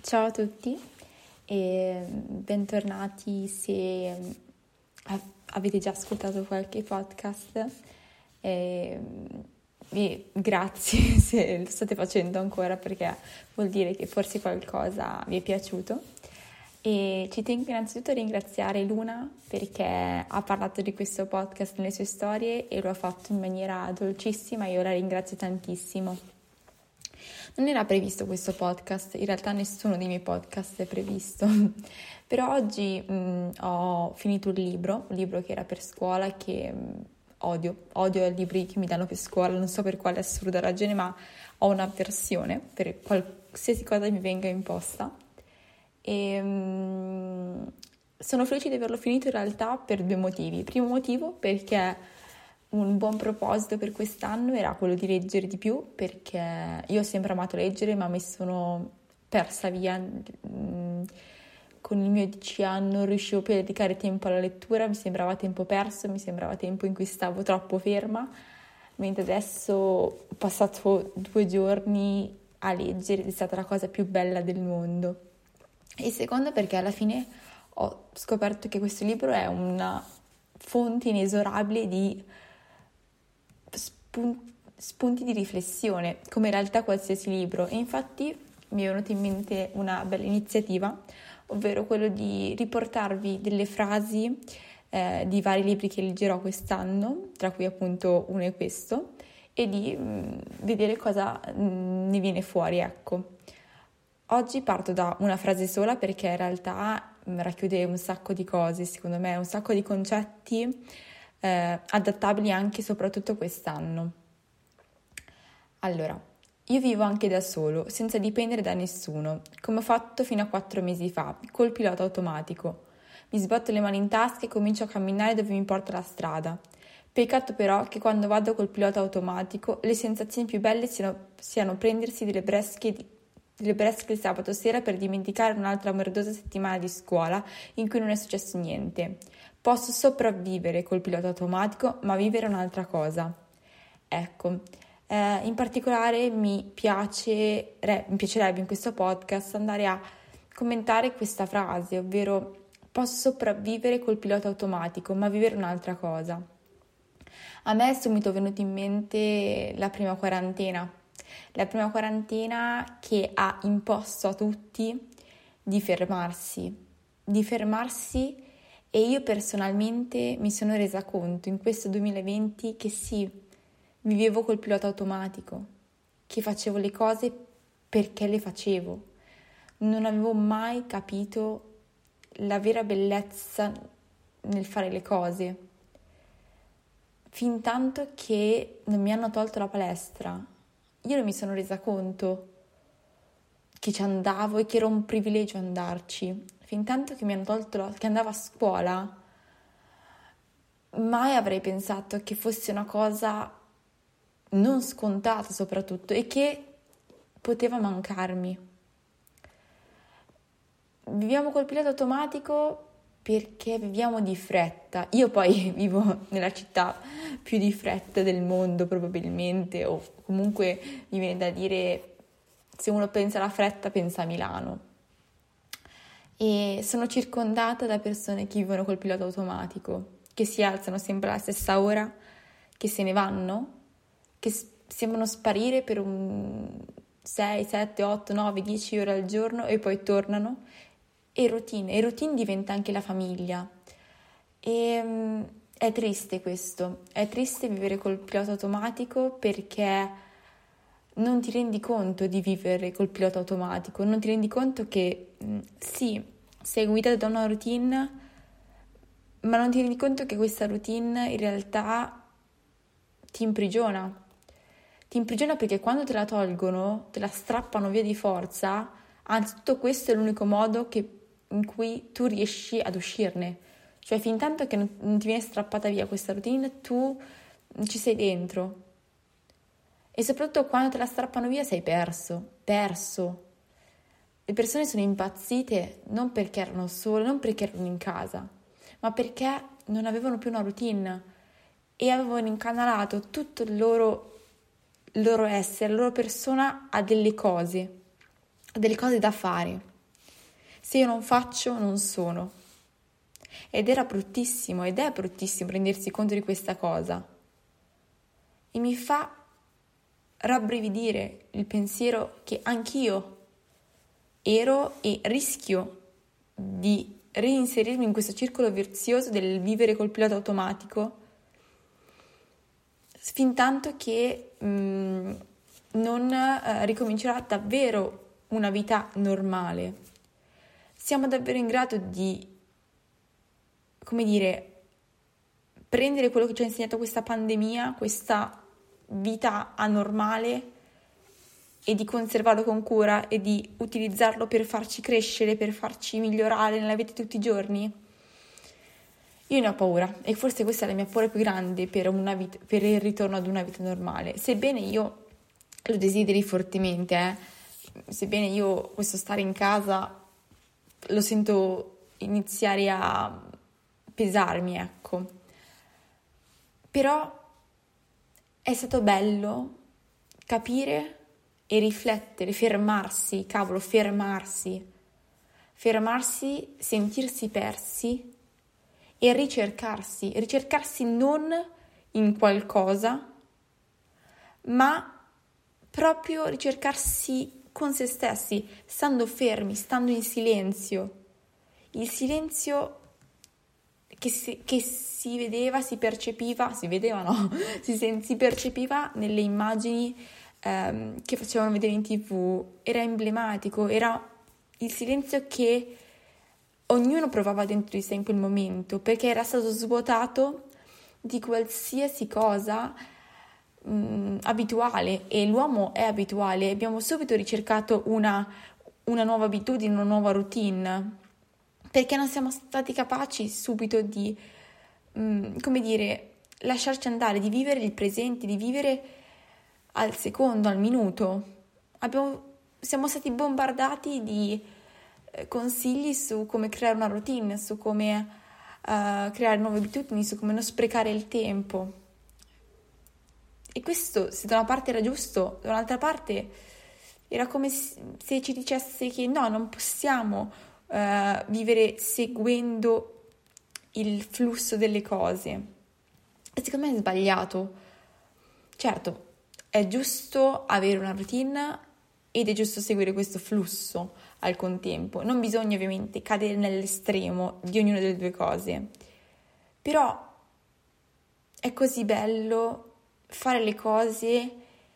Ciao a tutti e bentornati se avete già ascoltato qualche podcast e grazie se lo state facendo ancora perché vuol dire che forse qualcosa vi è piaciuto. E ci tengo innanzitutto a ringraziare Luna perché ha parlato di questo podcast nelle sue storie e lo ha fatto in maniera dolcissima e io la ringrazio tantissimo. Non era previsto questo podcast, in realtà nessuno dei miei podcast è previsto, però oggi ho finito un libro che era per scuola che odio i libri che mi danno per scuola, non so per quale assurda ragione, ma ho un'avversione per qualsiasi cosa mi venga imposta e sono felice di averlo finito in realtà per due motivi. Primo motivo perché un buon proposito per quest'anno era quello di leggere di più, perché io ho sempre amato leggere, ma mi sono persa via con il mio DC non riuscivo più a dedicare tempo alla lettura, mi sembrava tempo perso, mi sembrava tempo in cui stavo troppo ferma, mentre adesso ho passato 2 giorni a leggere ed è stata la cosa più bella del mondo. E secondo perché alla fine ho scoperto che questo libro è una fonte inesorabile di spunti di riflessione, come in realtà qualsiasi libro. E infatti mi è venuta in mente una bella iniziativa, ovvero quello di riportarvi delle frasi di vari libri che leggerò quest'anno, tra cui appunto uno è questo, e di vedere cosa ne viene fuori, ecco. Oggi parto da una frase sola perché in realtà racchiude un sacco di cose, secondo me, un sacco di concetti adattabili anche e soprattutto quest'anno. Allora, io vivo anche da solo, senza dipendere da nessuno, come ho fatto fino a 4 mesi fa, col pilota automatico. Mi sbatto le mani in tasca e comincio a camminare dove mi porta la strada. Peccato però che quando vado col pilota automatico le sensazioni più belle siano prendersi delle bresche il sabato sera per dimenticare un'altra merdosa settimana di scuola in cui non è successo niente. Posso sopravvivere col pilota automatico, ma vivere è un'altra cosa. Ecco, in particolare mi piacerebbe in questo podcast andare a commentare questa frase, ovvero posso sopravvivere col pilota automatico, ma vivere è un'altra cosa. A me è subito venuta in mente la prima quarantena che ha imposto a tutti di fermarsi e io personalmente mi sono resa conto in questo 2020 che sì, vivevo col pilota automatico, che facevo le cose perché le facevo. Non avevo mai capito la vera bellezza nel fare le cose, fin tanto che non mi hanno tolto la palestra. Io non mi sono resa conto che ci andavo e che era un privilegio andarci. Fin tanto che mi hanno tolto che andavo a scuola, mai avrei pensato che fosse una cosa non scontata soprattutto e che poteva mancarmi. Viviamo col pilota automatico perché viviamo di fretta. Io poi vivo nella città più di fretta del mondo probabilmente, o comunque mi viene da dire, se uno pensa alla fretta pensa a Milano. E sono circondata da persone che vivono col pilota automatico, che si alzano sempre alla stessa ora, che se ne vanno, che sembrano sparire per un 6, 7, 8, 9, 10 ore al giorno e poi tornano. E routine diventa anche la famiglia. E è triste questo, è triste vivere col pilota automatico perché non ti rendi conto di vivere col pilota automatico, non ti rendi conto che sì, sei guidato da una routine, ma non ti rendi conto che questa routine in realtà ti imprigiona. Ti imprigiona perché quando te la tolgono, te la strappano via di forza, anzi tutto questo è l'unico modo in cui tu riesci ad uscirne. Cioè fin tanto che non ti viene strappata via questa routine, tu ci sei dentro. E soprattutto quando te la strappano via sei perso. Le persone sono impazzite non perché erano sole, non perché erano in casa, ma perché non avevano più una routine e avevano incanalato tutto il loro essere, la loro persona a delle cose da fare. Se io non faccio, non sono. Ed è bruttissimo rendersi conto di questa cosa. E mi fa rabbrividire il pensiero che anch'io ero e rischio di reinserirmi in questo circolo vizioso del vivere col pilota automatico, fin tanto che non ricomincerà davvero una vita normale. Siamo davvero in grado di, come dire, prendere quello che ci ha insegnato questa pandemia, questa vita anormale, e di conservarlo con cura e di utilizzarlo per farci crescere, per farci migliorare nella vita di tutti i giorni? Io ne ho paura e forse questa è la mia paura più grande per il ritorno ad una vita normale. Sebbene io lo desideri fortemente, sebbene io questo stare in casa lo sento iniziare a pesarmi, ecco. Però è stato bello capire e riflettere, fermarsi, sentirsi persi e ricercarsi non in qualcosa, ma proprio ricercarsi con se stessi, stando fermi, stando in silenzio. Il silenzio che si vedeva, si percepiva nelle immagini che facevano vedere in TV. Era emblematico, era il silenzio che ognuno provava dentro di sé in quel momento, perché era stato svuotato di qualsiasi cosa abituale, e l'uomo è abituale. Abbiamo subito ricercato una nuova abitudine, una nuova routine, perché non siamo stati capaci subito di, lasciarci andare, di vivere il presente, di vivere al secondo, al minuto. Siamo stati bombardati di consigli su come creare una routine, su come creare nuove abitudini, su come non sprecare il tempo. E questo, se da una parte era giusto, da un'altra parte era come se ci dicesse che no, non possiamo vivere seguendo il flusso delle cose. E secondo me è sbagliato. Certo, è giusto avere una routine ed è giusto seguire questo flusso al contempo. Non bisogna ovviamente cadere nell'estremo di ognuna delle due cose. Però è così bello fare le cose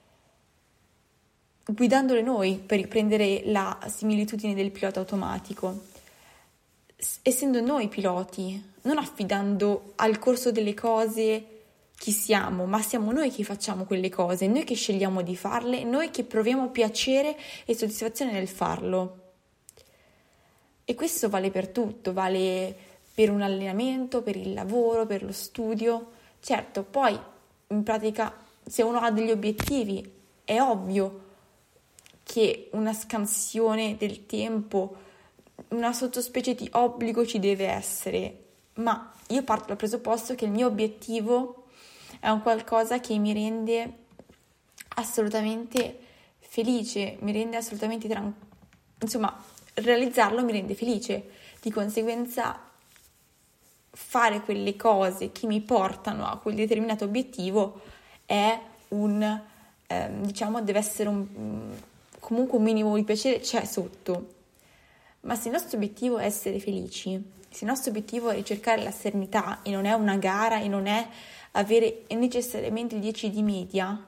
guidandole noi, per riprendere la similitudine del pilota automatico, essendo noi piloti, non affidando al corso delle cose chi siamo, ma siamo noi che facciamo quelle cose, noi che scegliamo di farle, noi che proviamo piacere e soddisfazione nel farlo. E questo vale per tutto, vale per un allenamento, per il lavoro, per lo studio. Certo, poi in pratica, se uno ha degli obiettivi, è ovvio che una scansione del tempo, una sottospecie di obbligo ci deve essere, ma io parto dal presupposto che il mio obiettivo è un qualcosa che mi rende assolutamente felice, mi rende assolutamente insomma, realizzarlo mi rende felice. Di conseguenza, fare quelle cose che mi portano a quel determinato obiettivo è deve essere comunque un minimo di piacere c'è sotto. Ma se il nostro obiettivo è essere felici, se il nostro obiettivo è ricercare la serenità e non è una gara e non è avere necessariamente il 10 di media,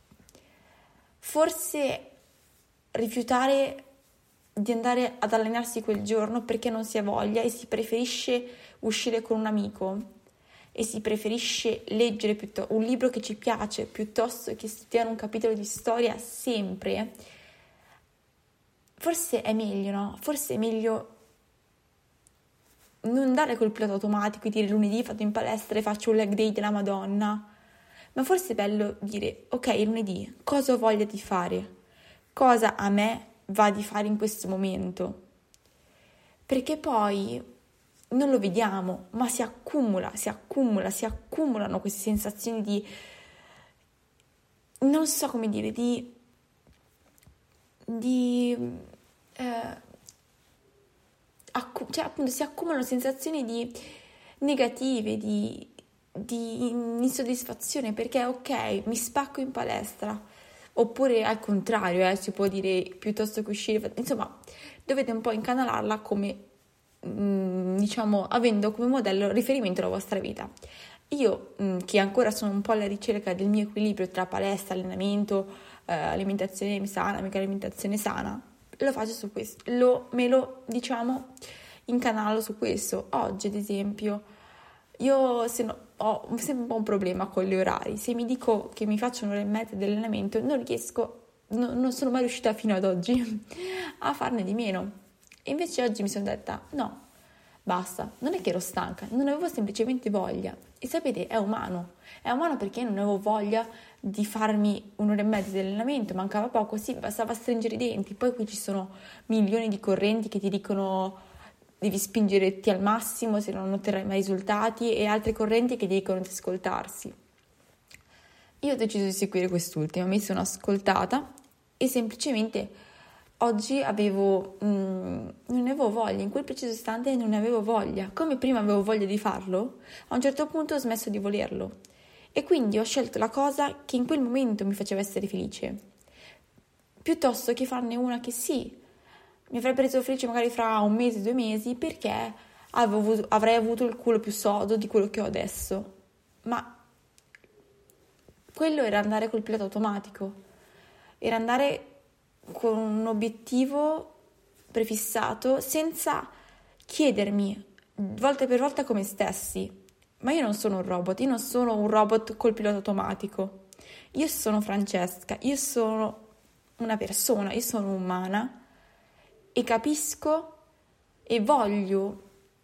forse rifiutare di andare ad allenarsi quel giorno perché non si ha voglia e si preferisce uscire con un amico e si preferisce leggere un libro che ci piace piuttosto che studiare un capitolo di storia sempre, forse è meglio, no? Forse è meglio non dare col pilota automatico e dire lunedì vado in palestra e faccio un leg day della Madonna, ma forse è bello dire ok, lunedì cosa ho voglia di fare, cosa a me va di fare in questo momento, perché poi non lo vediamo, ma si accumulano queste sensazioni di, non so come dire, cioè appunto si accumulano sensazioni negative, di insoddisfazione, perché ok, mi spacco in palestra, oppure al contrario, si può dire, piuttosto che uscire, insomma, dovete un po' incanalarla come, diciamo, avendo come modello riferimento la vostra vita. Io, che ancora sono un po' alla ricerca del mio equilibrio tra palestra, allenamento, alimentazione sana, microalimentazione sana, lo faccio su questo, diciamo, incanalo su questo. Oggi, ad esempio, io ho sempre un po' un problema con gli orari. Se mi dico che mi faccio un'ora e mezza di allenamento, non riesco, non sono mai riuscita fino ad oggi a farne di meno. E invece oggi mi sono detta, no, basta, non è che ero stanca, non avevo semplicemente voglia. E sapete, è umano perché io non avevo voglia di farmi un'ora e mezza di allenamento, mancava poco, sì, bastava stringere i denti. Poi qui ci sono milioni di correnti che ti dicono devi spingerti al massimo, se no non otterrai mai risultati, e altre correnti che dicono di ascoltarsi. Io ho deciso di seguire quest'ultima, mi sono ascoltata e semplicemente oggi non avevo voglia, in quel preciso istante non ne avevo voglia. Come prima avevo voglia di farlo, a un certo punto ho smesso di volerlo. E quindi ho scelto la cosa che in quel momento mi faceva essere felice, piuttosto che farne una che sì, mi avrebbe reso felice magari fra 1 mese, 2 mesi, perché avrei avuto il culo più sodo di quello che ho adesso. Ma quello era andare col pilota automatico, era andare con un obiettivo prefissato senza chiedermi volta per volta come stessi. Ma io non sono un robot col pilota automatico. Io sono Francesca, io sono una persona, io sono umana e capisco e voglio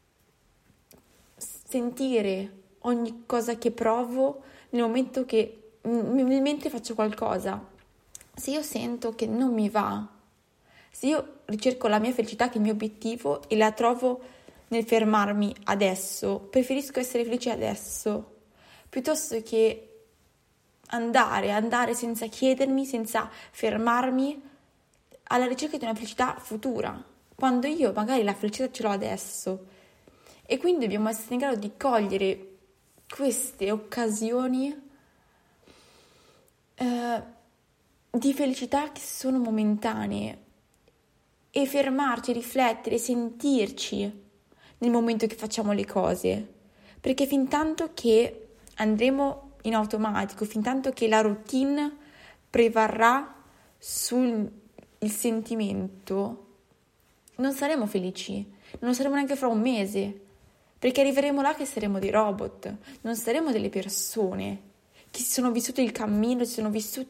sentire ogni cosa che provo nel momento che mentre faccio qualcosa. Se io sento che non mi va, se io ricerco la mia felicità, che è il mio obiettivo, e la trovo nel fermarmi adesso, preferisco essere felice adesso, piuttosto che andare senza chiedermi, senza fermarmi, alla ricerca di una felicità futura, quando io magari la felicità ce l'ho adesso. E quindi dobbiamo essere in grado di cogliere queste occasioni di felicità che sono momentanee e fermarci, riflettere, sentirci nel momento che facciamo le cose, perché fin tanto che andremo in automatico, fin tanto che la routine prevarrà sul sentimento, non saremo felici, non saremo neanche fra 1 mese, perché arriveremo là che saremo dei robot, non saremo delle persone che si sono vissuti il cammino, sono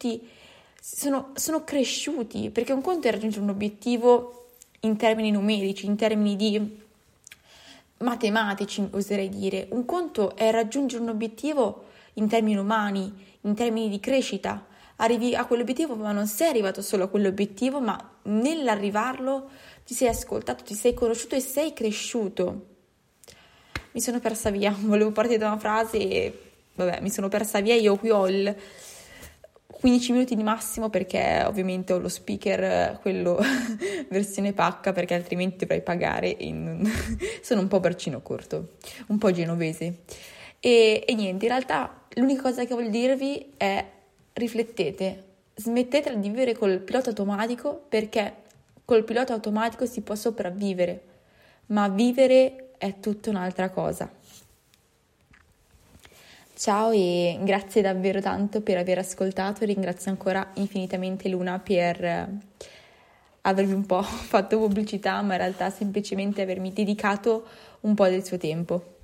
cresciuti, perché un conto è raggiungere un obiettivo in termini numerici, in termini di matematici, oserei dire. Un conto è raggiungere un obiettivo in termini umani, in termini di crescita. Arrivi a quell'obiettivo, ma non sei arrivato solo a quell'obiettivo, ma nell'arrivarlo ti sei ascoltato, ti sei conosciuto e sei cresciuto. Mi sono persa via, volevo partire da una frase e vabbè, mi sono persa via. Io qui ho il 15 minuti di massimo, perché ovviamente ho lo speaker, quello versione pacca, perché altrimenti dovrei pagare e sono un po' braccino corto, un po' genovese. E niente, in realtà l'unica cosa che voglio dirvi è: riflettete, smettetela di vivere col pilota automatico, perché col pilota automatico si può sopravvivere, ma vivere è tutta un'altra cosa. Ciao e grazie davvero tanto per aver ascoltato, ringrazio ancora infinitamente Luna per avermi un po' fatto pubblicità, ma in realtà semplicemente avermi dedicato un po' del suo tempo.